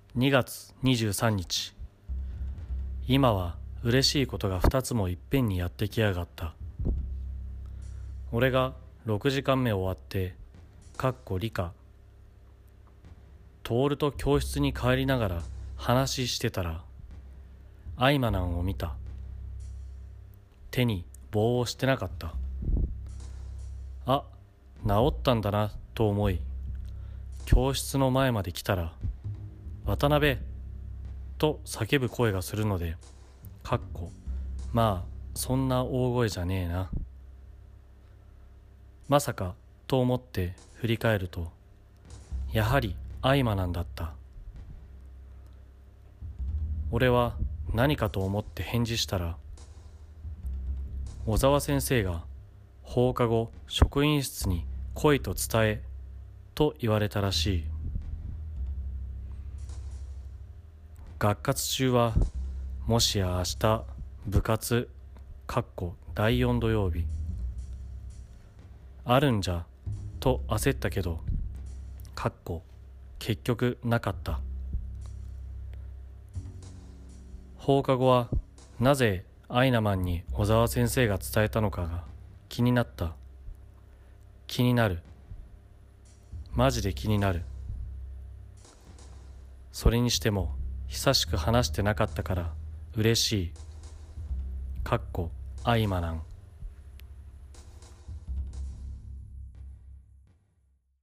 2月23日。今は嬉しいことが2つもいっぺんにやってきやがった。俺が6時間目終わって、理科。徹と教室に帰りながら話してたら、アイマナンを見た。手に棒をしてなかった。あ、治ったんだなと思い、教室の前まで来たら、渡辺と叫ぶ声がするので、まあそんな大声じゃねえな。まさかと思って振り返ると、やはりアイマなんだった。俺は何かと思って返事したら、小沢先生が放課後職員室に来いと伝えと言われたらしい。学活中はもしや明日部活第4土曜日あるんじゃと焦ったけど結局なかった。放課後はなぜアイナマンに小沢先生が伝えたのかが気になった。気になる。マジで気になる。それにしても久しく話してなかったから嬉しい。アイマナン。